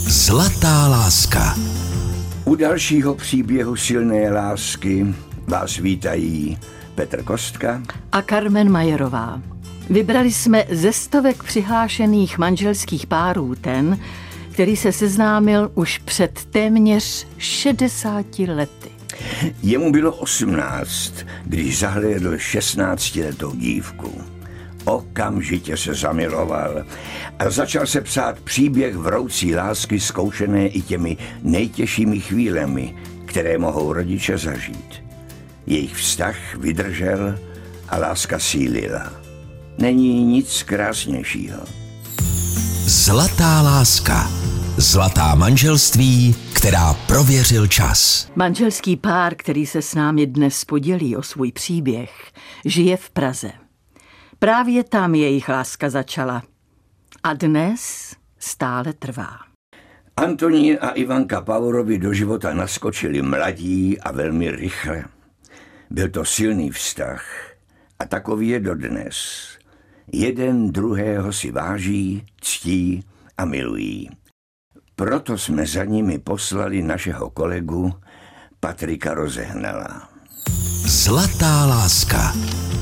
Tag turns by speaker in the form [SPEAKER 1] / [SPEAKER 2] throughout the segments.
[SPEAKER 1] Zlatá láska.
[SPEAKER 2] U dalšího příběhu silné lásky vás vítají Petr Kostka
[SPEAKER 3] a Carmen Majerová. Vybrali jsme ze stovek přihlášených manželských párů ten, který se seznámil už před téměř 60 lety.
[SPEAKER 2] Jemu bylo 18, když zahlédl 16letou dívku. Okamžitě se zamiloval a začal se psát příběh vroucí lásky zkoušené i těmi nejtěžšími chvílemi, které mohou rodiče zažít. Jejich vztah vydržel a láska sílila. Není nic krásnějšího.
[SPEAKER 1] Zlatá láska. Zlatá manželství, která prověřil čas.
[SPEAKER 3] Manželský pár, který se s námi dnes podělí o svůj příběh, žije v Praze. Právě tam jejich láska začala a dnes stále trvá.
[SPEAKER 2] Antonín a Ivanka Paurovi do života naskočili mladí a velmi rychle. Byl to silný vztah a takový je dodnes. Jeden druhého si váží, ctí a milují. Proto jsme za nimi poslali našeho kolegu Patrika Rozehnala.
[SPEAKER 1] Zlatá láska.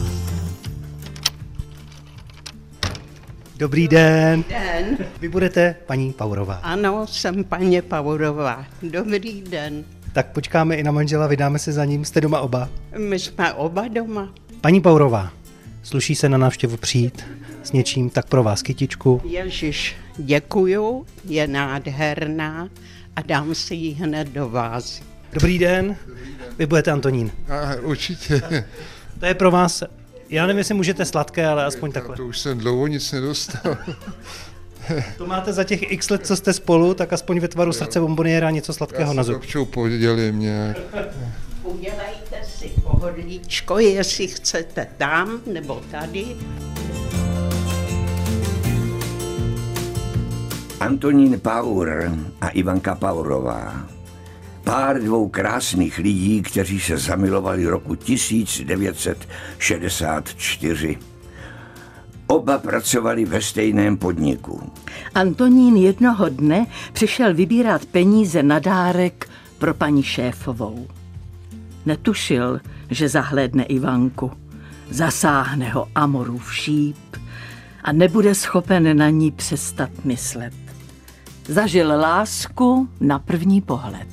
[SPEAKER 4] Dobrý den.
[SPEAKER 5] Den.
[SPEAKER 4] Vy budete paní Paurová.
[SPEAKER 5] Ano, jsem paní Paurová. Dobrý den.
[SPEAKER 4] Tak počkáme i na manžela, vydáme se za ním. Jste doma oba?
[SPEAKER 5] My jsme oba doma.
[SPEAKER 4] Paní Paurová, sluší se na návštěvu přijít s něčím, tak pro vás kytičku.
[SPEAKER 5] Ježiš, děkuju, je nádherná a dám si ji hned do vázy.
[SPEAKER 4] Dobrý den. Vy budete Antonín.
[SPEAKER 6] Určitě.
[SPEAKER 4] To je pro vás, já nevím, jestli můžete sladké, ale aspoň takhle.
[SPEAKER 6] To už jsem dlouho nic nedostal.
[SPEAKER 4] To máte za těch x let, co jste spolu, tak aspoň ve tvaru srdce bomboniéra něco sladkého na zub.
[SPEAKER 6] Já se občou podělím nějak.
[SPEAKER 5] Udělejte si pohodlíčko, jestli chcete tam nebo tady.
[SPEAKER 2] Antonín Paur a Ivanka Paurová. Pár dvou krásných lidí, kteří se zamilovali roku 1964. Oba pracovali ve stejném podniku.
[SPEAKER 3] Antonín jednoho dne přišel vybírat peníze na dárek pro paní šéfovou. Netušil, že zahlédne Ivanku. Zasáhne ho Amorův šíp a nebude schopen na ní přestat myslet. Zažil lásku na první pohled.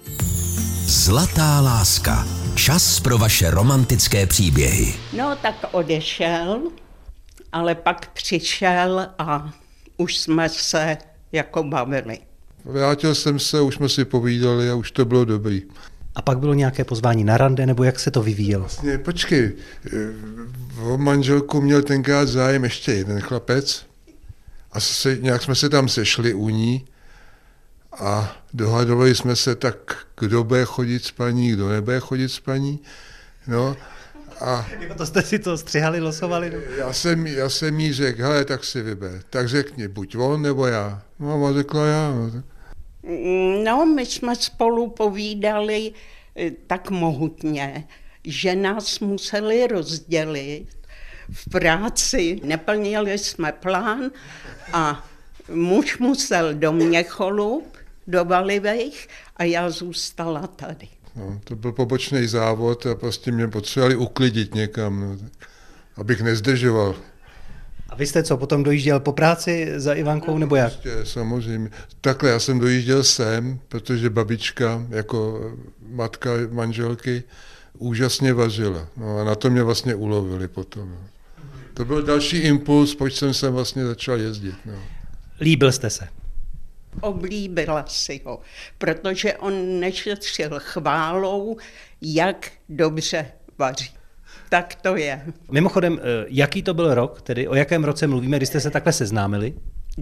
[SPEAKER 1] Zlatá láska. Čas pro vaše romantické příběhy.
[SPEAKER 5] No tak odešel, ale pak přišel a už jsme se jako bavili.
[SPEAKER 6] Vrátil jsem se, už jsme si povídali a už to bylo dobrý.
[SPEAKER 4] A pak bylo nějaké pozvání na rande, nebo jak se to vyvíjelo?
[SPEAKER 6] Počkej, o manželku měl tenkrát zájem ještě jeden chlapec a nějak jsme se tam sešli u ní a dohadovali jsme se tak, kdo bude chodit s paní, kdo nebude chodit s paní. No, a
[SPEAKER 4] To jste si to střihali, losovali?
[SPEAKER 6] já jsem jí řekl, hele, tak si vyber. Tak řekni, buď on nebo já. No a ona řekla já. No, tak.
[SPEAKER 5] No, my jsme spolu povídali tak mohutně, že nás museli rozdělit v práci. Neplnili jsme plán a muž musel do Měcholup, do Valivejch a já zůstala tady.
[SPEAKER 6] No, to byl pobočný závod a prostě mě potřebovali uklidit někam, no, abych nezdržoval.
[SPEAKER 4] A vy jste co, potom dojížděl po práci za Ivankou, nebo jak?
[SPEAKER 6] Prostě, samozřejmě. Takhle, já jsem dojížděl sem, protože babička jako matka manželky úžasně vařila. No a na to mě vlastně ulovili potom. No. To byl další impuls, proč jsem sem vlastně začal jezdit. No.
[SPEAKER 4] Líbil jste se?
[SPEAKER 5] Oblíbila si ho, protože on nešetřil chválou, jak dobře vaří. Tak to je.
[SPEAKER 4] Mimochodem, jaký to byl rok, tedy o jakém roce mluvíme, když jste se takhle seznámili?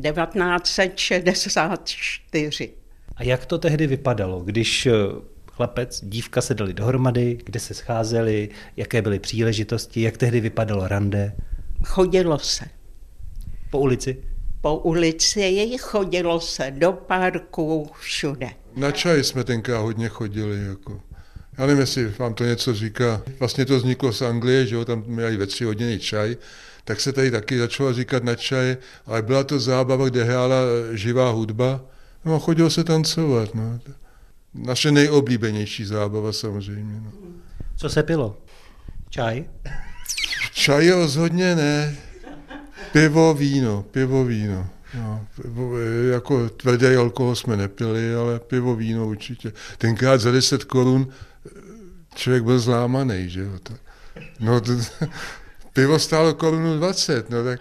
[SPEAKER 5] 1964.
[SPEAKER 4] A jak to tehdy vypadalo, když chlapec, dívka se dali dohromady, kde se scházeli, jaké byly příležitosti, jak tehdy vypadalo rande?
[SPEAKER 5] Chodilo se.
[SPEAKER 4] Po ulici?
[SPEAKER 5] Po ulici chodilo se do parku, všude.
[SPEAKER 6] Na čaj jsme tenkrát hodně chodili. Jako. Já nevím, jestli vám to něco říká. Vlastně to vzniklo z Anglie, že jo, tam měli ve 3 hodiny čaj, tak se tady taky začalo říkat na čaj, ale byla to zábava, kde hrála živá hudba. No a chodilo se tancovat. No. Naše nejoblíbenější zábava samozřejmě. No.
[SPEAKER 4] Co se pilo? Čaj?
[SPEAKER 6] Čaj rozhodně ne. Pivo, víno. No, jako tvrdý alkohol jsme nepili, ale pivo, víno určitě. Tenkrát za 10 korun člověk byl zlámaný, že jo. No, pivo stálo 1,20 koruny, no tak...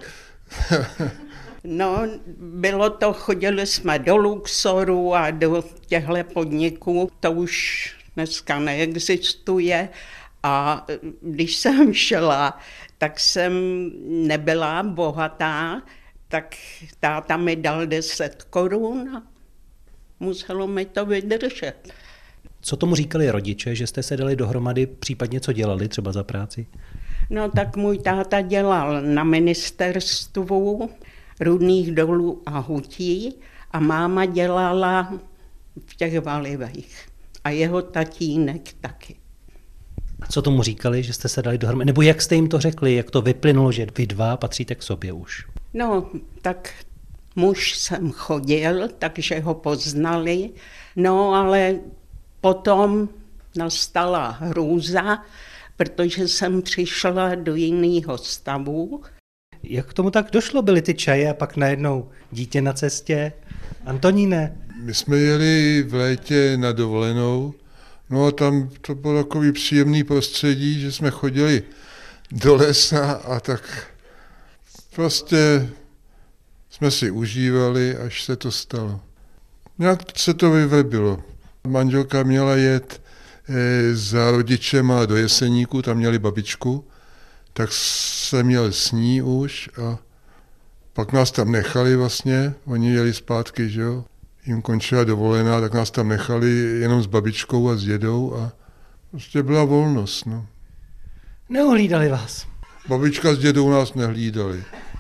[SPEAKER 5] No, bylo to, chodili jsme do Luxoru a do těchto podniků, to už dneska neexistuje. A když jsem šla, tak jsem nebyla bohatá, tak táta mi dal 10 korun a muselo mi to vydržet.
[SPEAKER 4] Co tomu říkali rodiče, že jste se dali dohromady, případně co dělali třeba za práci?
[SPEAKER 5] No tak můj táta dělal na ministerstvu rudných dolů a hutí a máma dělala v těch Valivejch a jeho tatínek taky.
[SPEAKER 4] A co tomu říkali, že jste se dali dohromady? Nebo jak jste jim to řekli, jak to vyplynulo, že vy dva patříte k sobě už?
[SPEAKER 5] No, tak muž jsem chodil, takže ho poznali, no ale potom nastala hrůza, protože jsem přišla do jiného stavu.
[SPEAKER 4] Jak k tomu tak došlo? Byly ty čaje a pak najednou dítě na cestě? Antoníne?
[SPEAKER 6] My jsme jeli v létě na dovolenou, no a tam to bylo takový příjemný prostředí, že jsme chodili do lesa a tak prostě jsme si užívali, až se to stalo. Nějak se to vyvrbilo. Manželka měla jet za rodičema do Jeseníku, tam měli babičku, tak jsem jel s ní už a pak nás tam nechali vlastně, oni jeli zpátky, že jo. Jim končila dovolená, tak nás tam nechali jenom s babičkou a s dědou a prostě byla volnost, no.
[SPEAKER 4] Neuhlídali vás.
[SPEAKER 6] Babička s dědou nás nehlídali.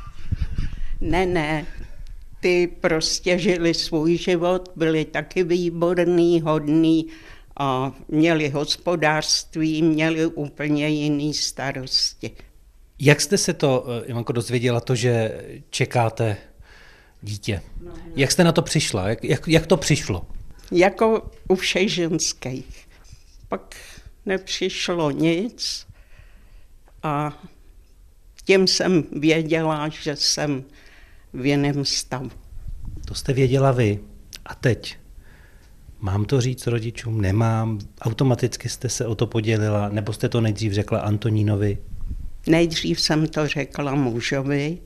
[SPEAKER 5] Ne, ty prostě žili svůj život, byli taky výborný, hodný a měli hospodářství, měli úplně jiný starosti.
[SPEAKER 4] Jak jste se to, Ivanko, dozvěděla to, že čekáte dítě? Jak jste na to přišla? Jak to přišlo?
[SPEAKER 5] Jako u všech ženských. Pak nepřišlo nic a tím jsem věděla, že jsem v jiném stavu.
[SPEAKER 4] To jste věděla vy. A teď? Mám to říct rodičům? Nemám? Automaticky jste se o to podělila? Nebo jste to nejdřív řekla Antonínovi?
[SPEAKER 5] Nejdřív jsem to řekla mužovi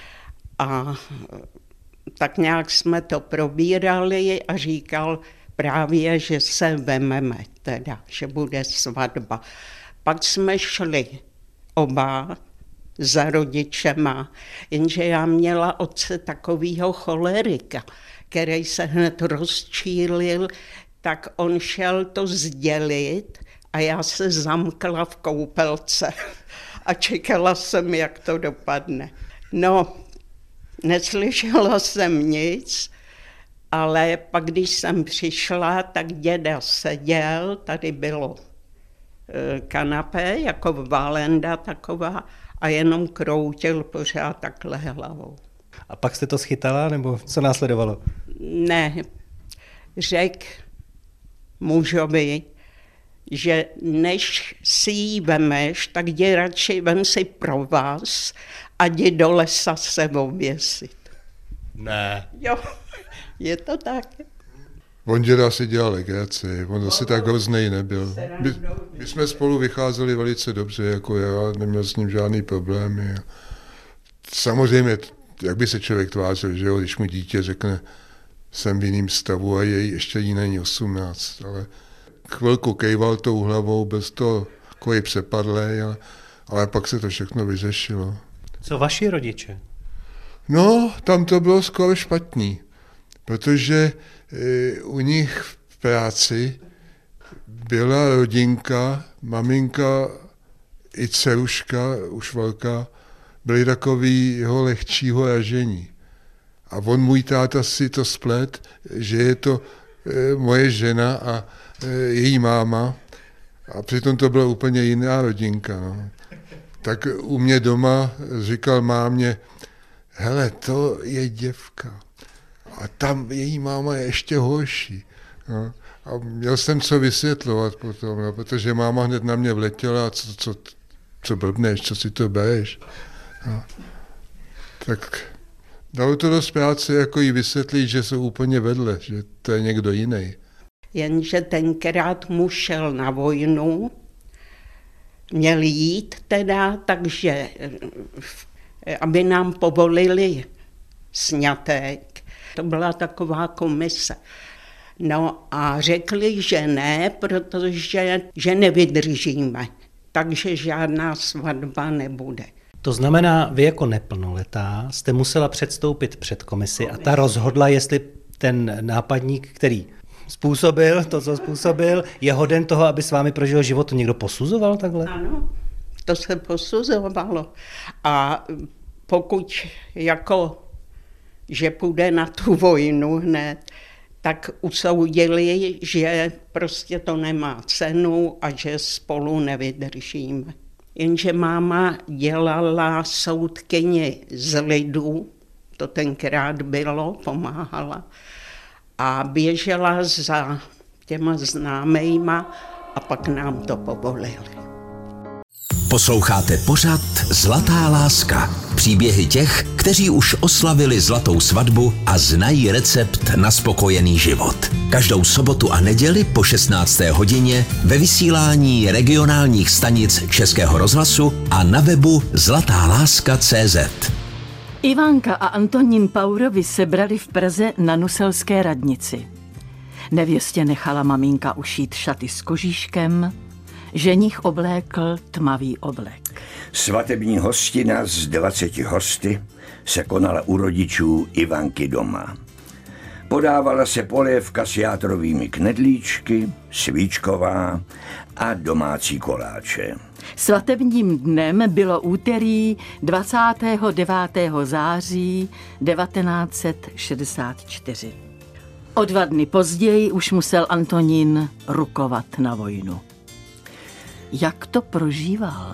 [SPEAKER 5] a tak nějak jsme to probírali a říkal právě, že se vememe teda, že bude svatba. Pak jsme šli oba za rodičema, jenže já měla otce takovýho cholerika, který se hned rozčílil, tak on šel to sdělit a já se zamkla v koupelce a čekala jsem, jak to dopadne. No, neslyšela jsem nic, ale pak, když jsem přišla, tak děda seděl, tady bylo kanapé, jako válenda taková, a jenom kroutil pořád takhle hlavou.
[SPEAKER 4] A pak jste to schytala, nebo co následovalo?
[SPEAKER 5] Ne, řekl mužovi, že než si ji vemeš, tak jdi radši vem si pro vás a jdi do lesa se oběsit.
[SPEAKER 4] Ne.
[SPEAKER 5] Jo, je to tak.
[SPEAKER 6] On děda si dělal legraci, on zase tak hroznej nebyl. My jsme spolu vycházeli velice dobře, jako já, neměl s ním žádný problémy. Samozřejmě, jak by se člověk tvářil, že jo, když mu dítě řekne, jsem v jiném stavu a ještě jí není 18, ale chvilku kejval tou hlavou, bez toho takový přepadlej, ale pak se to všechno vyřešilo.
[SPEAKER 4] Co vaši rodiče?
[SPEAKER 6] No, tam to bylo skoro špatný, protože u nich v práci byla rodinka, maminka i dceruška, už velká, byli takový jeho lehčího ražení. A on, můj táta, si to splet, že je to moje žena a její máma, a přitom to byla úplně jiná rodinka. No. Tak u mě doma říkal mámě, hele, to je děvka. a tam její máma je ještě horší. No. A měl jsem co vysvětlovat potom, no, protože máma hned na mě vletěla, co blbneš, co si to bereš. No. Tak dalo to dost práce, jako jí vysvětlit, že jsou úplně vedle, že to je někdo jiný.
[SPEAKER 5] Jenže tenkrát muž šel na vojnu, měl jít teda, takže aby nám povolili sňatek. To byla taková komise. No a řekli, že ne, protože že nevydržíme, takže žádná svatba nebude.
[SPEAKER 4] To znamená, vy jako neplnoletá jste musela předstoupit před komisi a ta rozhodla, jestli ten nápadník, který způsobil to, co způsobil, je hoden toho, aby s vámi prožil život. To někdo posuzoval takhle?
[SPEAKER 5] Ano, to se posuzovalo. A pokud jako, že půjde na tu vojnu hned, tak usoudili, že prostě to nemá cenu a že spolu nevydržíme. Jenže máma dělala soudkyni z lidu, to tenkrát bylo, pomáhala, a běžela za těma známejma a pak nám to povolili.
[SPEAKER 1] Posloucháte pořad Zlatá láska. Příběhy těch, kteří už oslavili zlatou svatbu a znají recept na spokojený život. Každou sobotu a neděli po 16. hodině ve vysílání regionálních stanic Českého rozhlasu a na webu zlatáláska.cz.
[SPEAKER 3] Ivanka a Antonín Paurovi se brali v Praze na Nuselské radnici. Nevěstě nechala maminka ušít šaty s kožíškem, ženich oblékl tmavý oblek.
[SPEAKER 2] Svatební hostina z 20 hosty se konala u rodičů Ivanky doma. Podávala se polévka s játrovými knedlíčky, svíčková a domácí koláče.
[SPEAKER 3] Svatebním dnem bylo úterý 29. září 1964. O 2 dny později už musel Antonín rukovat na vojnu. Jak to prožíval?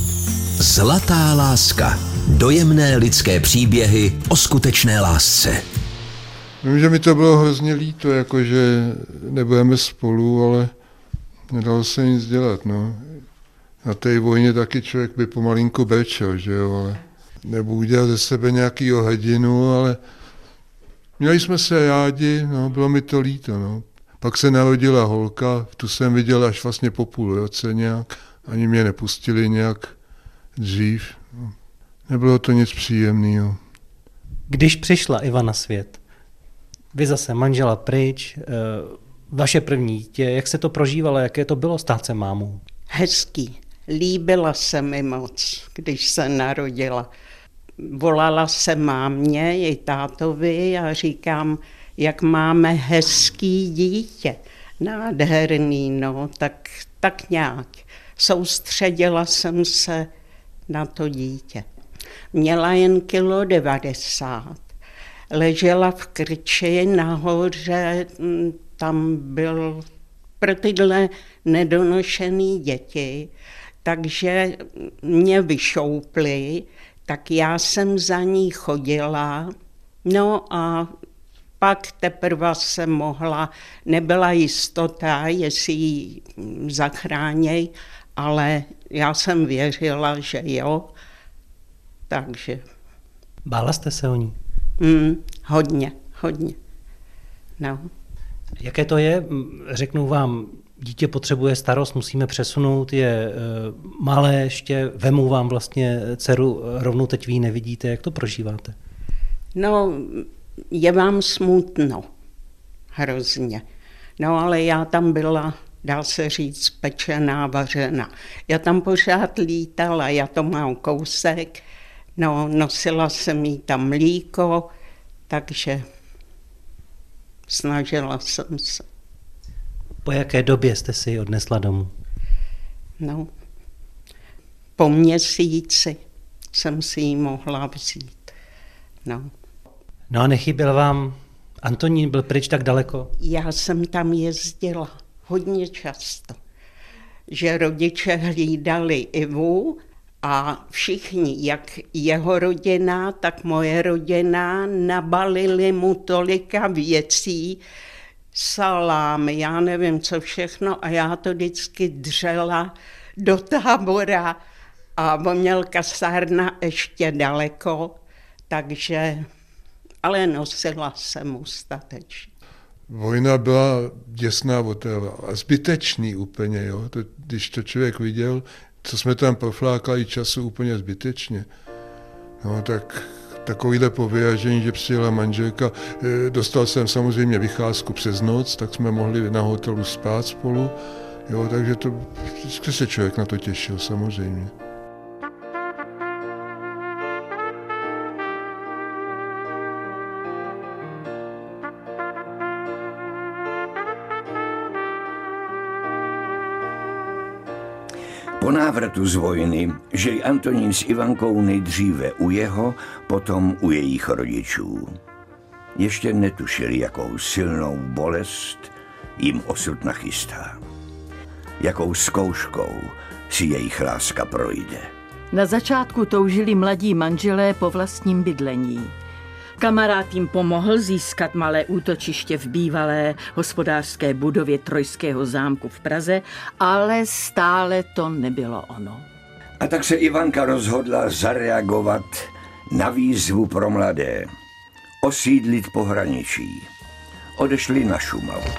[SPEAKER 1] Zlatá láska. Dojemné lidské příběhy o skutečné lásce.
[SPEAKER 6] Vím, že mi to bylo hrozně líto, jakože nebudeme spolu, ale nedalo se nic dělat, no. Na té vojně taky člověk by pomalinku brečel, že jo, ale nebudu udělat ze sebe nějakýho hrdinu, ale měli jsme se rádi, no, bylo mi to líto, no. Pak se narodila holka, tu jsem viděl až vlastně po půl roce nějak, ani mě nepustili nějak dřív. No. Nebylo to nic příjemného.
[SPEAKER 4] Když přišla Iva na svět, vy zase manžela pryč, vaše první dítě, jak se to prožívalo, jaké to bylo stát se mámou?
[SPEAKER 5] Hezký. Líbila se mi moc, když se narodila. Volala se mámě i tátovi a říkám, jak máme hezký dítě, nádherný, no, tak nějak. Soustředila jsem se na to dítě. Měla jen 90 kg. Ležela v krči nahoře, tam byl pro tyhle nedonošený děti, takže mě vyšoupli, tak já jsem za ní chodila, no a pak teprve se mohla, nebyla jistota, jestli ji zachráněj, ale já jsem věřila, že jo, takže.
[SPEAKER 4] Bála jste se o ní?
[SPEAKER 5] Hodně. No.
[SPEAKER 4] Jaké to je? Řeknou vám, dítě potřebuje starost, musíme přesunout, je malé ještě, vemou vám vlastně dceru, rovnou teď vy ji nevidíte, jak to prožíváte?
[SPEAKER 5] No, je vám smutno, hrozně. No, ale já tam byla, dá se říct, pečená, vařená. Já tam pořád lítala, já to mám kousek, no, nosila jsem jí tam mlíko, takže snažila jsem se.
[SPEAKER 4] Po jaké době jste si ji odnesla domů?
[SPEAKER 5] No, po měsíci jsem si ji mohla vzít, no.
[SPEAKER 4] No a nechyběl vám Antonín, byl pryč tak daleko?
[SPEAKER 5] Já jsem tam jezdila hodně často, že rodiče hlídali Ivu A všichni, jak jeho rodina, tak moje rodina, nabalili mu tolika věcí, salámy, já nevím co všechno, a já to vždycky dřela do Tábora a on měl kasárna ještě daleko, takže, ale nosila jsem dostatečně.
[SPEAKER 6] Vojna byla děsná oteva a zbytečný úplně, jo. Když to člověk viděl, co jsme tam proflákali času úplně zbytečně. No, tak takovýhle povyjažení, že přijela manželka, dostal jsem samozřejmě vycházku přes noc, tak jsme mohli na hotelu spát spolu, jo, takže to, vždycky se člověk na to těšil samozřejmě.
[SPEAKER 2] Po návratu z vojny žili Antonín s Ivankou nejdříve u jeho, potom u jejich rodičů. Ještě netušili, jakou silnou bolest jim osud nachystá. Jakou zkouškou si jejich láska projde.
[SPEAKER 3] Na začátku toužili mladí manželé po vlastním bydlení. Kamarád jim pomohl získat malé útočiště v bývalé hospodářské budově Trojského zámku v Praze, ale stále to nebylo ono.
[SPEAKER 2] A tak se Ivanka rozhodla zareagovat na výzvu pro mladé. Osídlit pohraničí. Odešli na Šumavu.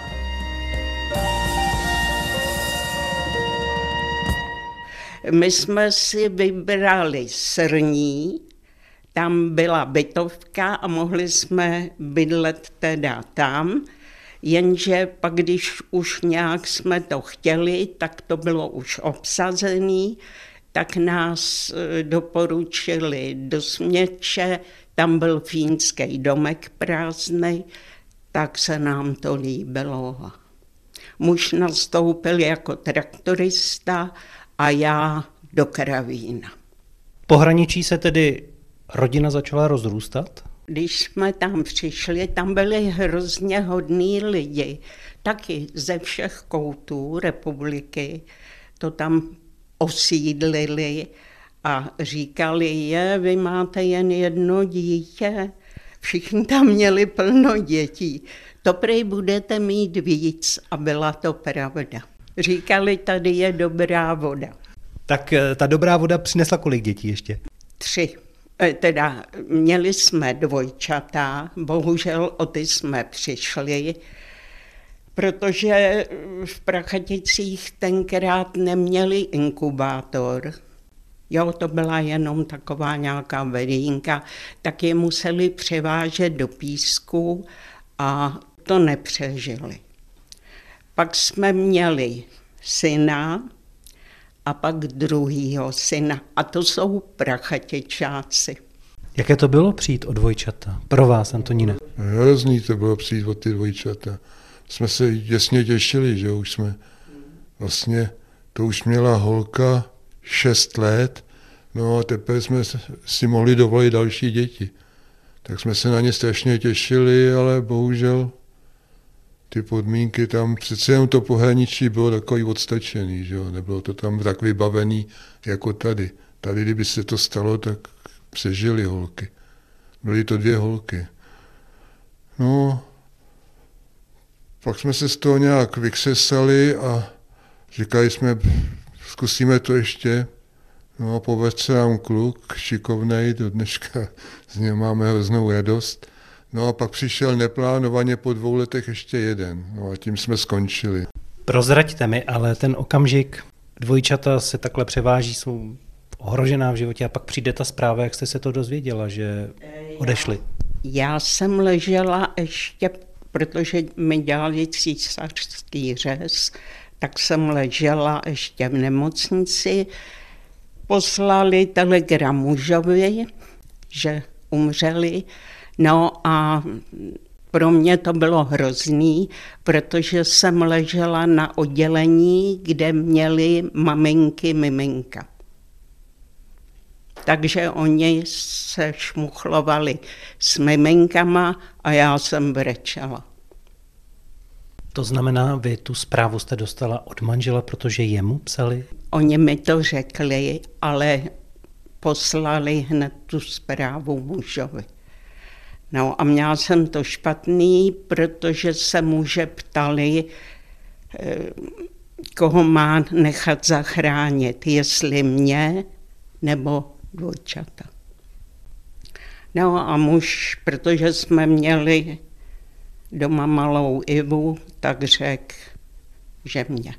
[SPEAKER 5] My jsme si vybrali Srní, tam byla bytovka a mohli jsme bydlet teda tam, jenže pak, když už nějak jsme to chtěli, tak to bylo už obsazený, tak nás doporučili do Směče, tam byl fínský domek prázdnej, tak se nám to líbilo. Muž nastoupil jako traktorista a já do Kravína.
[SPEAKER 4] Pohraničí se tedy rodina začala rozrůstat?
[SPEAKER 5] Když jsme tam přišli, tam byli hrozně hodní lidi, taky ze všech koutů republiky, to tam osídlili a říkali, vy máte jen jedno dítě, všichni tam měli plno dětí, to prej budete mít víc a byla to pravda. Říkali, tady je dobrá voda.
[SPEAKER 4] Tak ta dobrá voda přinesla kolik dětí ještě?
[SPEAKER 5] 3. Teda měli jsme dvojčata, bohužel o ty jsme přišli, protože v Prachaticích tenkrát neměli inkubátor. Jo, to byla jenom taková nějaká vedínka, tak je museli převážet do Písku a to nepřežili. Pak jsme měli syna a pak druhýho syna. A to jsou Prachatičáci.
[SPEAKER 4] Jaké to bylo přijít o dvojčata? Pro vás, Antoníne?
[SPEAKER 6] Hrozný to bylo přijít o ty dvojčata. Jsme se jasně těšili, že už jsme vlastně, to už měla holka 6 let, no a teprve jsme si mohli dovolit další děti. Tak jsme se na ně strašně těšili, ale bohužel ty podmínky tam, přece jenom to pohraničí bylo takový odstačený, že jo? Nebylo to tam tak vybavený jako tady. Tady, kdyby se to stalo, tak přežily holky. Byly to 2 holky. No, pak jsme se z toho nějak vykřesali a říkali jsme, zkusíme to ještě. No a povedl se nám kluk, šikovnej, do dneška z něho máme hroznou radost. No a pak přišel neplánovaně po 2 letech ještě jeden. No a tím jsme skončili.
[SPEAKER 4] Prozraďte mi, ale ten okamžik, dvojčata se takhle převáží, jsou ohrožená v životě a pak přijde ta zpráva, jak jste se to dozvěděla, že odešli.
[SPEAKER 5] Já jsem ležela ještě, protože mi dělali císařský řez, tak jsem ležela ještě v nemocnici. Poslali telegram mužovi, že umřeli. No a pro mě to bylo hrozný, protože jsem ležela na oddělení, kde měli maminky, miminka. Takže oni se šmuchlovali s miminkama a já jsem brečela.
[SPEAKER 4] To znamená, vy tu zprávu jste dostala od manžela, protože jemu psali?
[SPEAKER 5] Oni mi to řekli, ale poslali hned tu zprávu mužovi. No a měla jsem to špatný, protože se muže ptali, koho má nechat zachránit, jestli mě nebo dvojčata. No a muž, protože jsme měli doma malou Ivu, tak řekl, že mě.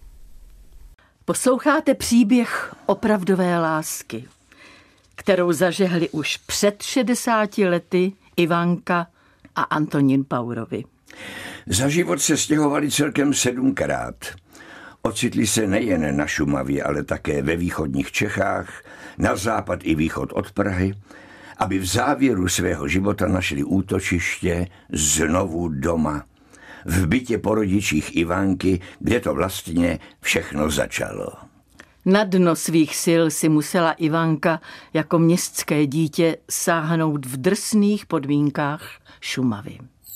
[SPEAKER 3] Posloucháte příběh opravdové lásky, kterou zažehli už před 60 lety Ivanka a Antonín Paurovi.
[SPEAKER 2] Za život se stěhovali celkem 7krát. Ocitli se nejen na Šumavě, ale také ve východních Čechách, na západ i východ od Prahy, aby v závěru svého života našli útočiště znovu doma. V bytě po rodičích Ivanky, kde to vlastně všechno začalo.
[SPEAKER 3] Na dno svých sil si musela Ivanka jako městské dítě sáhnout v drsných podmínkách Šumavy.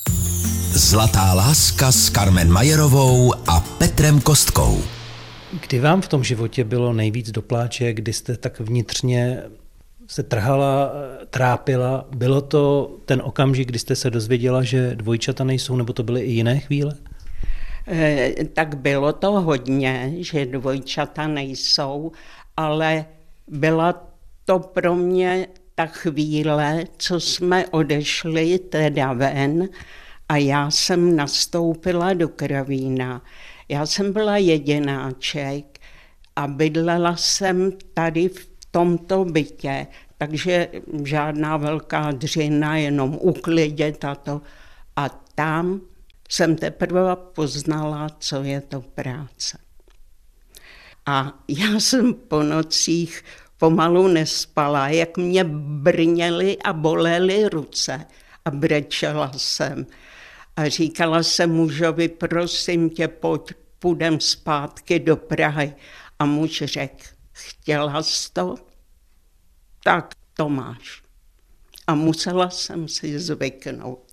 [SPEAKER 1] Zlatá láska s Carmen Majerovou a Petrem Kostkou.
[SPEAKER 4] Kdy vám v tom životě bylo nejvíc do pláče, kdy jste tak vnitřně se trhala, trápila? Bylo to ten okamžik, kdy jste se dozvěděla, že dvojčata nejsou, nebo to byly i jiné chvíle?
[SPEAKER 5] Tak bylo to hodně, že dvojčata nejsou, ale byla to pro mě ta chvíle, co jsme odešli teda ven a já jsem nastoupila do Kravína. Já jsem byla jedináček a bydlela jsem tady v tomto bytě, takže žádná velká dřina, jenom uklidět a to. A tam jsem teprve poznala, co je to práce. A já jsem po nocích pomalu nespala, jak mě brněly a bolely ruce a brečela jsem. A říkala jsem mužovi, prosím tě, pojď, půjdem zpátky do Prahy. A muž řekl, chtěla jsi to? Tak to máš. A musela jsem si zvyknout.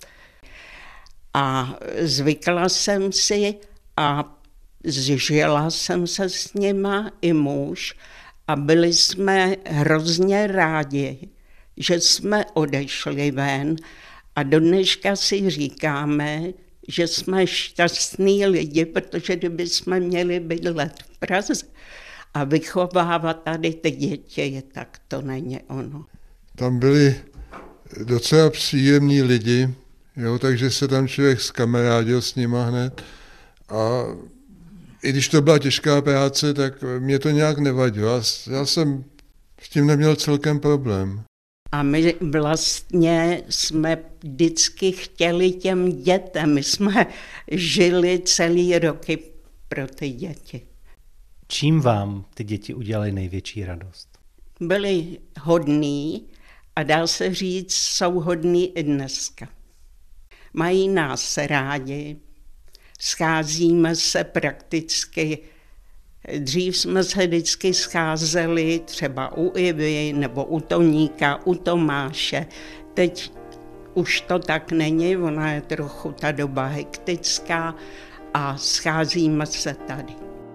[SPEAKER 5] A zvykla jsem si a zžila jsem se s nima i muž a byli jsme hrozně rádi, že jsme odešli ven a do dneška si říkáme, že jsme šťastní lidi, protože kdyby jsme měli bydlet v Praze a vychovávat tady ty děti, tak to není ono.
[SPEAKER 6] Tam byli docela příjemní lidi, jo, takže se tam člověk zkamarádil s nima hned a i když to byla těžká práce, tak mě to nějak nevadilo. Já jsem s tím neměl celkem problém.
[SPEAKER 5] A my vlastně jsme vždycky chtěli těm dětem, my jsme žili celý roky pro ty děti.
[SPEAKER 4] Čím vám ty děti udělaly největší radost?
[SPEAKER 5] Byli hodní a dá se říct, jsou hodní i dneska. Mají nás rádi, scházíme se prakticky. Dřív jsme se vždycky scházeli třeba u Ivy nebo u Toníka, u Tomáše. Teď už to tak není, ona je trochu ta doba hektická a scházíme se tady.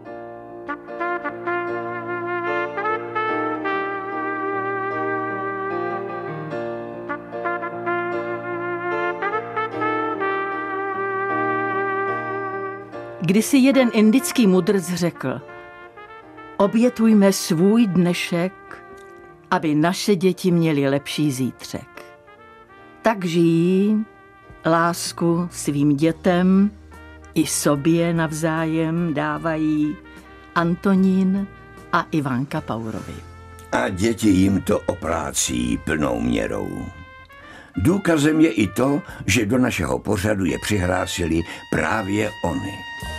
[SPEAKER 3] Kdysi jeden indický mudrc řekl, obětujme svůj dnešek, aby naše děti měly lepší zítřek. Tak žijí lásku svým dětem i sobě navzájem dávají Antonín a Ivanka Paurovi.
[SPEAKER 2] A děti jim to oplácí plnou měrou. Důkazem je i to, že do našeho pořadu je přihlásili právě oni.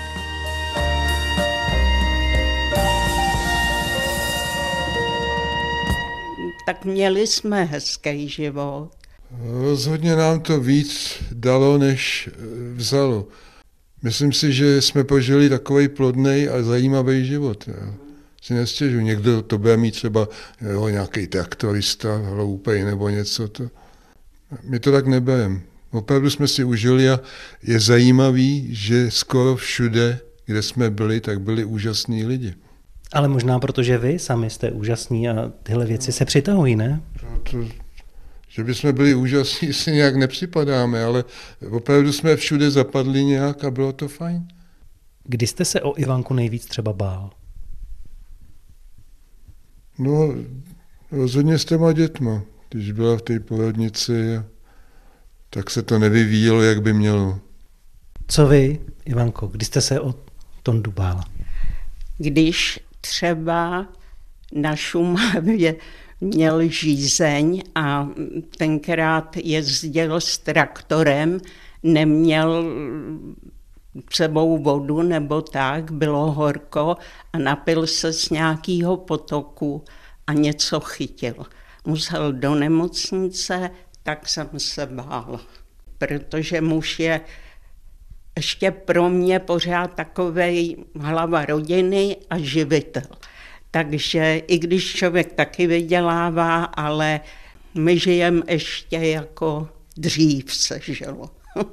[SPEAKER 5] Tak měli jsme hezký život.
[SPEAKER 6] Rozhodně nám to víc dalo, než vzalo. Myslím si, že jsme prožili takový plodný a zajímavý život. Já si nestěžuji. Někdo to bude mít třeba nějaký traktorista hloupej nebo něco. My to tak nebereme. Opravdu jsme si užili a je zajímavý, že skoro všude, kde jsme byli, tak byli úžasní lidi.
[SPEAKER 4] Ale možná protože vy sami jste úžasní a tyhle věci se přitahují, ne?
[SPEAKER 6] Že bychom byli úžasní, si nějak nepřipadáme, ale opravdu jsme všude zapadli nějak a bylo to fajn.
[SPEAKER 4] Kdy jste se o Ivanku nejvíc třeba bál?
[SPEAKER 6] No, rozhodně s těma dětma. Když byla v té porodnici, tak se to nevyvíjelo, jak by mělo.
[SPEAKER 4] Co vy, Ivanko, kdy jste se o Tondu bála?
[SPEAKER 5] Když třeba na Šumavě měl žízeň a tenkrát jezdil s traktorem, neměl sebou vodu nebo tak, bylo horko a napil se z nějakého potoku a něco chytil. Musel do nemocnice, tak jsem se bála, protože muž je ještě pro mě pořád takovej hlava rodiny a živitel. Takže i když člověk taky vydělává, ale my žijeme ještě jako dřív se žilo.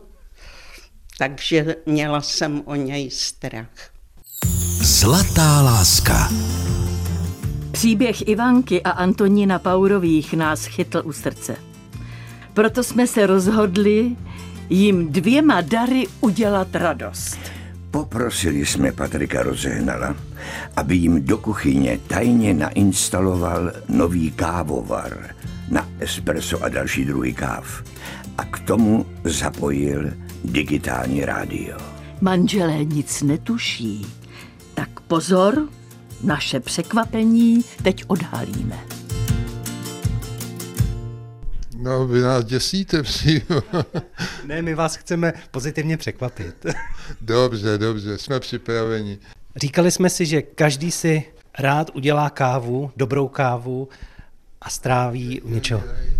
[SPEAKER 5] Takže měla jsem o něj strach.
[SPEAKER 1] Zlatá láska.
[SPEAKER 3] Příběh Ivanky a Antonína Paurových nás chytl u srdce. Proto jsme se rozhodli jim 2 dary udělat radost.
[SPEAKER 2] Poprosili jsme Patrika Rozehnala, aby jim do kuchyně tajně nainstaloval nový kávovar na espresso a další druhy káv. A k tomu zapojil digitální rádio.
[SPEAKER 3] Manželé nic netuší, tak pozor, naše překvapení teď odhalíme.
[SPEAKER 6] No, vy nás děsíte, přímo.
[SPEAKER 4] Ne, my vás chceme pozitivně překvapit.
[SPEAKER 6] Dobře, jsme připraveni.
[SPEAKER 4] Říkali jsme si, že každý si rád udělá kávu, dobrou kávu a stráví u něčeho.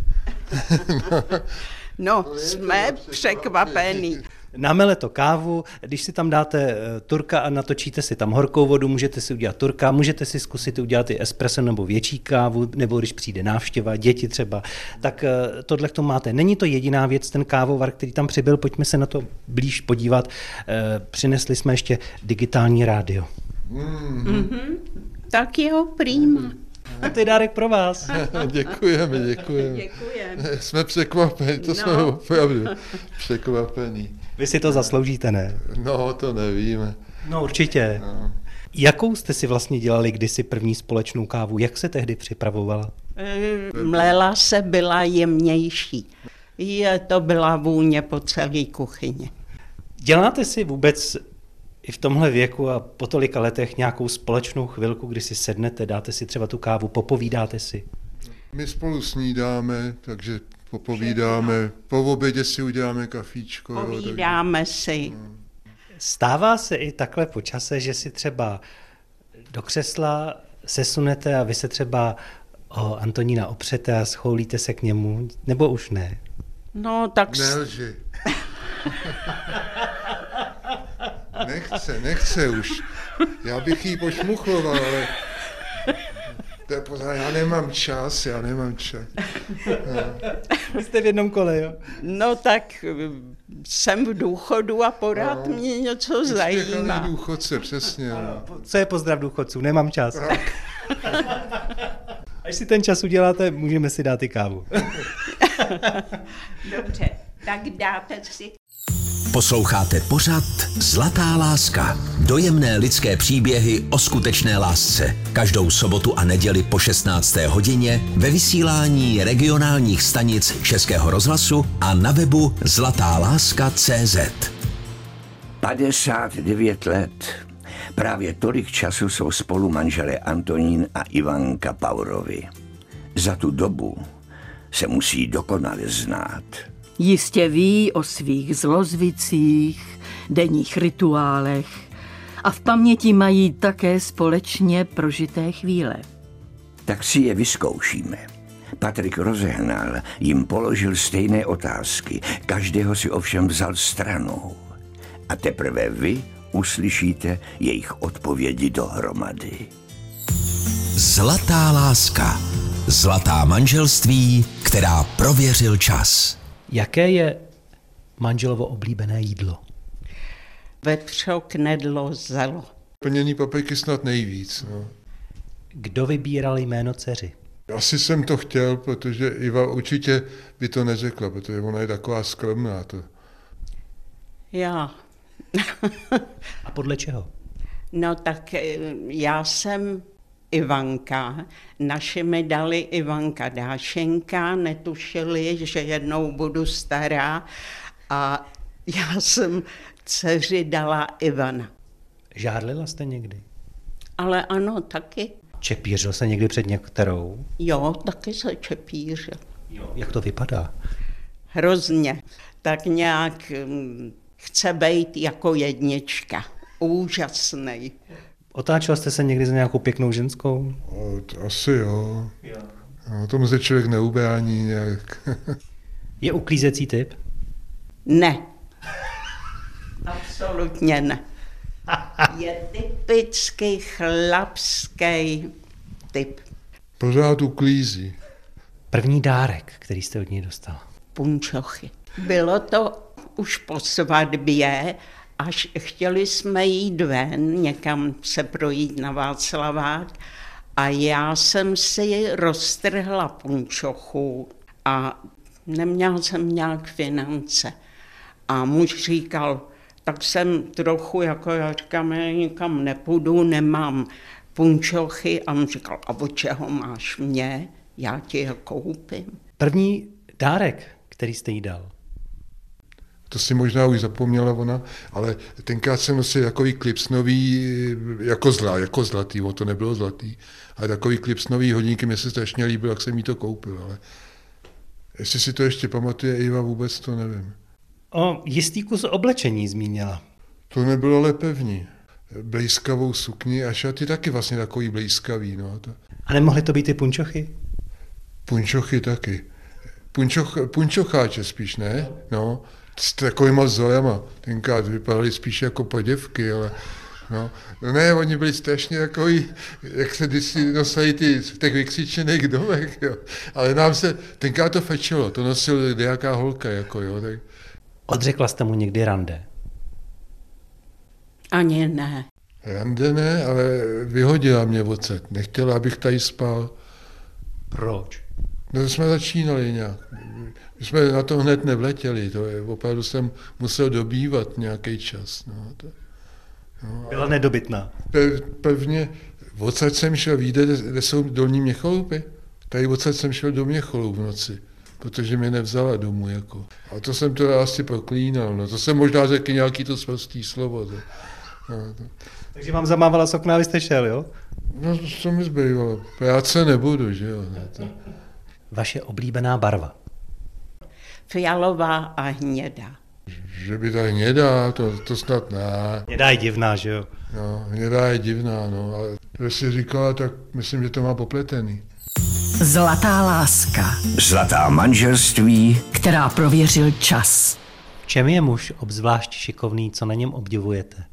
[SPEAKER 5] No, jsme překvapení.
[SPEAKER 4] Namele to kávu, když si tam dáte turka a natočíte si tam horkou vodu, můžete si udělat turka, můžete si zkusit udělat i espresso nebo větší kávu, nebo když přijde návštěva, děti třeba, tak tohle k tomu máte. Není to jediná věc, ten kávovar, který tam přibyl, pojďme se na to blíž podívat. Přinesli jsme ještě digitální rádio.
[SPEAKER 5] Mm-hmm. Tak jo, prýma.
[SPEAKER 4] A to je dárek pro vás.
[SPEAKER 6] Děkujeme. Jsme překvapeni, jsme opravdu překvapení.
[SPEAKER 4] Vy si to zasloužíte, ne?
[SPEAKER 6] No, to nevíme.
[SPEAKER 4] No určitě.
[SPEAKER 6] No.
[SPEAKER 4] Jakou jste si vlastně dělali kdysi první společnou kávu? Jak se tehdy připravovala?
[SPEAKER 5] Mlela se, byla jemnější. To byla vůně po celé kuchyni.
[SPEAKER 4] Děláte si vůbec i v tomhle věku a po tolika letech nějakou společnou chvilku, kdy si sednete, dáte si třeba tu kávu, popovídáte si?
[SPEAKER 6] My spolu snídáme, takže popovídáme. Po obědě si uděláme kafíčko.
[SPEAKER 5] Povídáme si.
[SPEAKER 4] Stává se i takhle po čase, že si třeba do křesla sesunete a vy se třeba o Antonína opřete a schoulíte se k němu, nebo už ne?
[SPEAKER 5] No, tak...
[SPEAKER 6] Nelži. Nechce už. Já bych jí pošmuchloval, ale to je pořád, já nemám čas.
[SPEAKER 4] Vy jste v jednom kole, jo?
[SPEAKER 5] No tak jsem v důchodu a pořád mě něco zajímá.
[SPEAKER 6] Důchodce, přesně. No.
[SPEAKER 4] Co je pozdrav důchodců? Nemám čas. Až si ten čas uděláte, můžeme si dát i kávu.
[SPEAKER 5] Dobře, tak dáte si.
[SPEAKER 1] Posloucháte pořad Zlatá láska. Dojemné lidské příběhy o skutečné lásce. Každou sobotu a neděli po 16. hodině ve vysílání regionálních stanic Českého rozhlasu a na webu zlatáláska.cz.
[SPEAKER 2] 59 let. Právě tolik času jsou spolu manželé Antonín a Ivanka Paurovi. Za tu dobu se musí dokonale znát.
[SPEAKER 3] Jistě ví o svých zlozvicích, denních rituálech a v paměti mají také společně prožité chvíle.
[SPEAKER 2] Tak si je vyzkoušíme. Patrik Rozehnal jim položil stejné otázky, každého si ovšem vzal stranou. A teprve vy uslyšíte jejich odpovědi dohromady.
[SPEAKER 1] Zlatá láska. Zlatá manželství, která prověřil čas.
[SPEAKER 4] Jaké je manželovo oblíbené jídlo?
[SPEAKER 5] Vepřo, knedlo, zelo.
[SPEAKER 6] Plnění papriky snad nejvíc. No.
[SPEAKER 4] Kdo vybíral jméno dceři?
[SPEAKER 6] Asi jsem to chtěl, protože Iva určitě by to neřekla, protože ona je taková skromná. To.
[SPEAKER 5] Já.
[SPEAKER 4] A podle čeho?
[SPEAKER 5] No tak já jsem Ivanka, naši mi dali Ivanka Dášenka, netušili, že jednou budu stará a já jsem dceři dala Ivana.
[SPEAKER 4] Žárlila jste někdy?
[SPEAKER 5] Ale ano, taky.
[SPEAKER 4] Čepířil se někdy před některou?
[SPEAKER 5] Jo, taky se čepířil.
[SPEAKER 4] Jo. Jak to vypadá?
[SPEAKER 5] Hrozně. Tak nějak chce být jako jednička. Úžasný.
[SPEAKER 4] Otáčel jste se někdy za nějakou pěknou ženskou?
[SPEAKER 6] Asi jo. No, tomu se člověk neubrání nějak.
[SPEAKER 4] Je uklízecí typ?
[SPEAKER 5] Ne. Absolutně ne. Je typický chlapský typ.
[SPEAKER 6] Pořád uklízí.
[SPEAKER 4] První dárek, který jste od něj dostal?
[SPEAKER 5] Punčochy. Bylo to už po svatbě, až chtěli jsme jít ven, někam se projít na Václavák a já jsem si roztrhla punčochu a neměla jsem nějak finance. A muž říkal, tak jsem trochu, jako já říkám, já nikam nepůjdu, nemám punčochy. A on říkal, a od čeho máš mě? Já ti je koupím.
[SPEAKER 4] První dárek, který jste jí dal?
[SPEAKER 6] To si možná už zapomněla ona, ale tenkrát jsem nosil takový klipsnový, jako zlatý, to nebylo zlatý, ale takový klipsnový hodinky, mě se strašně líbilo, jak jsem jí to koupil, ale jestli si to ještě pamatuje Iva, vůbec to nevím.
[SPEAKER 4] O jistý kus oblečení zmínila.
[SPEAKER 6] To nebylo ale pevný. Blejskavou sukni a šaty taky vlastně takový blejskavý. No.
[SPEAKER 4] A nemohly to být ty punčochy?
[SPEAKER 6] Punčochy taky. Punčocháče spíš, ne? No, s takovýma zorama. Tenkrát vypadaly spíš jako poděvky, ale no. Ne, oni byli strašně takový, jak se kdysi nosili v těch vykřičených domech, jo. Ale nám se, tenkrát to fečilo, to nosil nějaká holka, jako jo, tak.
[SPEAKER 4] Odřekla jste mu někdy rande?
[SPEAKER 5] Ani ne.
[SPEAKER 6] Rande ne, ale vyhodila mě odsaď. Nechtěla, abych tady spal.
[SPEAKER 4] Proč?
[SPEAKER 6] No, jsme začínali nějak. My jsme na to hned nevletěli, to je, opravdu jsem musel dobývat nějaký čas. No, to,
[SPEAKER 4] no. Byla nedobytná.
[SPEAKER 6] Pevně, odsaď jsem šel, víte, kde jsou dolní Měcholoupy? Tady odsaď jsem šel do Měcholoup v noci, protože mě nevzala domů. Jako. A to jsem to asi proklínal. No. To jsem možná řekl nějaký to sprostý slovo. To. No, to.
[SPEAKER 4] Takže vám zamávala z okna, vy jste šel, jo?
[SPEAKER 6] No, to mi zbývalo. Práce nebudu, že jo. No, to.
[SPEAKER 4] Vaše oblíbená barva?
[SPEAKER 5] Fialová a hnědá.
[SPEAKER 6] Že by ta hnědá, to snad ne.
[SPEAKER 4] Hnědá je divná, že jo?
[SPEAKER 6] No, hnědá je divná, no, ale když si říkala, tak myslím, že to má popletený.
[SPEAKER 3] Zlatá láska.
[SPEAKER 2] Zlatá manželství,
[SPEAKER 3] Která prověřil čas.
[SPEAKER 4] V čem je muž obzvlášť šikovný, co na něm obdivujete?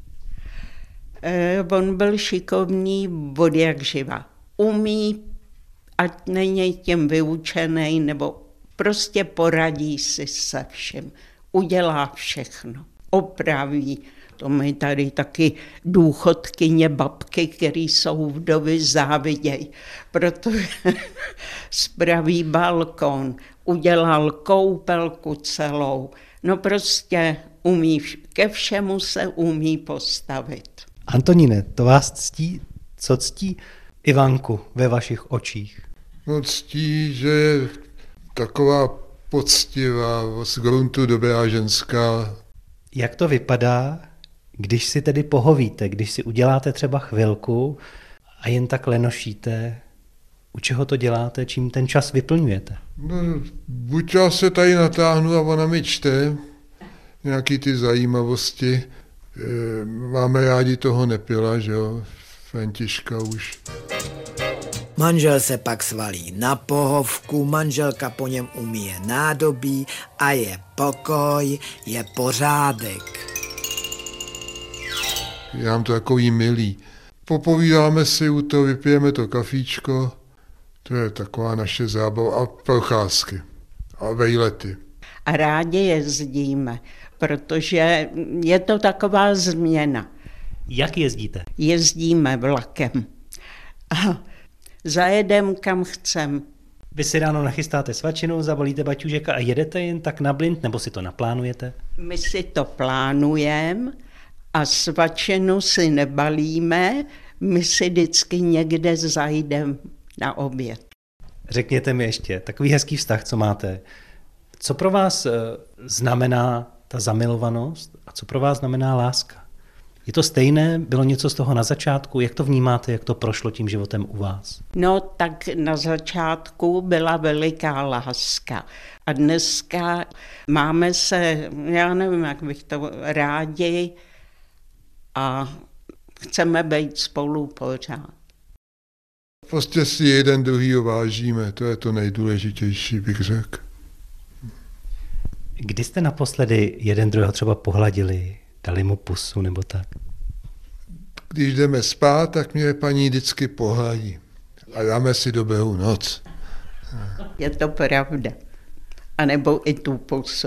[SPEAKER 5] On byl šikovný od jak živa. Umí, ať není tím vyučený, nebo prostě poradí si se vším. Udělá všechno. Opraví. To my tady taky důchodkyně babky, které jsou vdovy, záviděj. Protože spraví balkon, udělal koupelku celou. No prostě umí, ke všemu se umí postavit.
[SPEAKER 4] Antoníne, to vás ctí, co ctí Ivanku ve vašich očích?
[SPEAKER 6] No ctí, že je taková poctivá, z gruntu dobrá ženská.
[SPEAKER 4] Jak to vypadá, když si tedy pohovíte, když si uděláte třeba chvilku a jen tak lenošíte, u čeho to děláte, čím ten čas vyplňujete?
[SPEAKER 6] No, buď já se tady natáhnu a ona mi čte nějaký ty zajímavosti. Máme rádi toho Nepila, že jo, Františka už.
[SPEAKER 7] Manžel se pak svalí na pohovku, manželka po něm umíje nádobí a je pokoj, je pořádek.
[SPEAKER 6] Je nám to takový milý. Popovídáme si u toho, vypijeme to kafíčko, to je taková naše zábava a procházky a vejlety.
[SPEAKER 5] A rádi jezdíme, protože je to taková změna.
[SPEAKER 4] Jak jezdíte?
[SPEAKER 5] Jezdíme vlakem. A zajedem kam chcem.
[SPEAKER 4] Vy si ráno nachystáte svačinu, zabalíte baťůžeka a jedete jen tak na blind, nebo si to naplánujete?
[SPEAKER 5] My si to plánujeme a svačinu si nebalíme, my si vždycky někde zajdeme na oběd.
[SPEAKER 4] Řekněte mi ještě, takový hezký vztah, co máte. Co pro vás znamená ta zamilovanost a co pro vás znamená láska? Je to stejné? Bylo něco z toho na začátku? Jak to vnímáte, jak to prošlo tím životem u vás?
[SPEAKER 5] No tak na začátku byla veliká láska. A dneska máme se, já nevím, jak bych to rádi a chceme být spolu pořád.
[SPEAKER 6] Prostě si jeden druhýho vážíme, to je to nejdůležitější, bych řekl.
[SPEAKER 4] Kdy jste naposledy jeden druhého třeba pohladili, dali mu pusu nebo tak?
[SPEAKER 6] Když jdeme spát, tak mě paní vždycky pohladí. A dáme si dobrou noc.
[SPEAKER 5] Je to pravda. A nebo i tu pusu.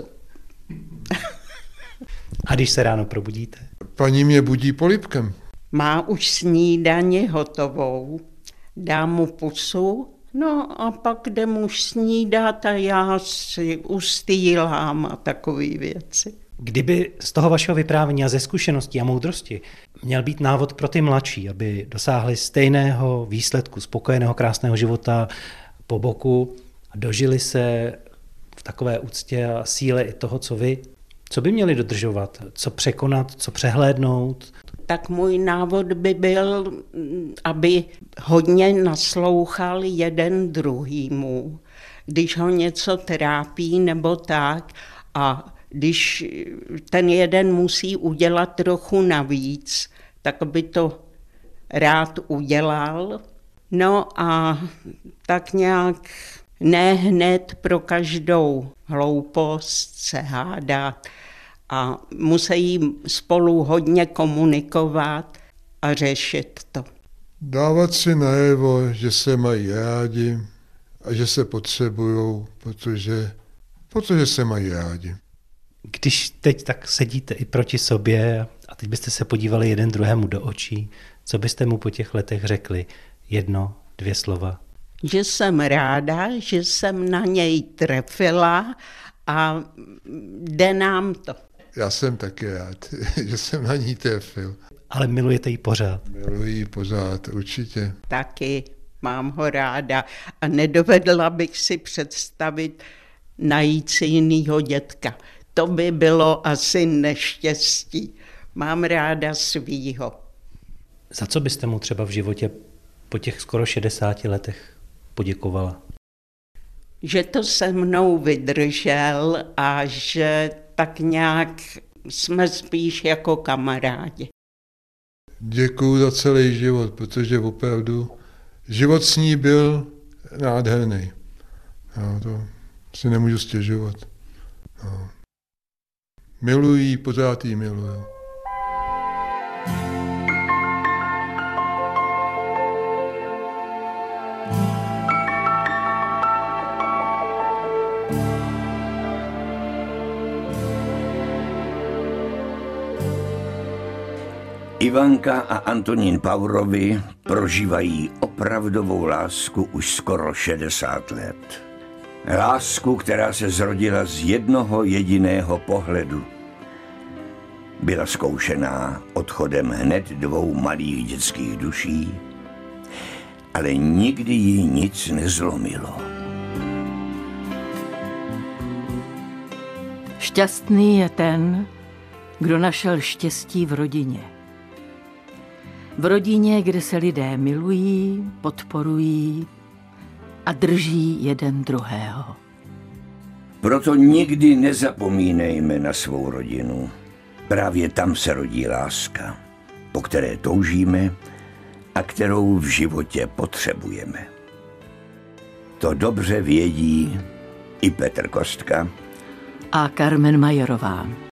[SPEAKER 4] A když se ráno probudíte?
[SPEAKER 6] Paní mě budí polibkem.
[SPEAKER 5] Má už snídani hotovou, dám mu pusu, no a pak jde muž snídat a já si ustýlám a takové věci.
[SPEAKER 4] Kdyby z toho vašeho vyprávění a ze zkušeností a moudrosti měl být návod pro ty mladší, aby dosáhli stejného výsledku, spokojeného, krásného života po boku a dožili se v takové úctě a síle i toho, co vy, co by měli dodržovat, co překonat, co přehlédnout?
[SPEAKER 5] Tak můj návod by byl, aby hodně naslouchal jeden druhýmu, když ho něco trápí nebo tak, a když ten jeden musí udělat trochu navíc, tak by to rád udělal. No a tak nějak ne hned pro každou hloupost se hádat a musí spolu hodně komunikovat a řešit to.
[SPEAKER 6] Dávat si najevo, že se mají rádi a že se potřebujou, protože se mají rádi.
[SPEAKER 4] Když teď tak sedíte i proti sobě a teď byste se podívali jeden druhému do očí, co byste mu po těch letech řekli? 1, 2 slova.
[SPEAKER 5] Že jsem ráda, že jsem na něj trefila a jde nám to.
[SPEAKER 6] Já jsem taky rád, že jsem na ní trefil.
[SPEAKER 4] Ale milujete ji pořád.
[SPEAKER 6] Miluji ji pořád, určitě.
[SPEAKER 5] Taky mám ho ráda a nedovedla bych si představit najít si jinýho dětka. To by bylo asi neštěstí. Mám ráda svýho.
[SPEAKER 4] Za co byste mu třeba v životě po těch skoro 60 letech poděkovala?
[SPEAKER 5] Že to se mnou vydržel a že tak nějak jsme spíš jako kamarádi.
[SPEAKER 6] Děkuju za celý život, protože opravdu život s ní byl nádherný. No, to si nemůžu stěžovat. No. Miluji, pořád jí miluju.
[SPEAKER 2] Ivanka a Antonín Paurovi prožívají opravdovou lásku už skoro 60 let. Lásku, která se zrodila z jednoho jediného pohledu. Byla zkoušená odchodem hned 2 malých dětských duší, ale nikdy ji nic nezlomilo.
[SPEAKER 3] Šťastný je ten, kdo našel štěstí v rodině. V rodině, kde se lidé milují, podporují a drží jeden druhého.
[SPEAKER 2] Proto nikdy nezapomínejme na svou rodinu. Právě tam se rodí láska, po které toužíme a kterou v životě potřebujeme. To dobře vědí i Petr Kostka
[SPEAKER 3] A Carmen Majerová.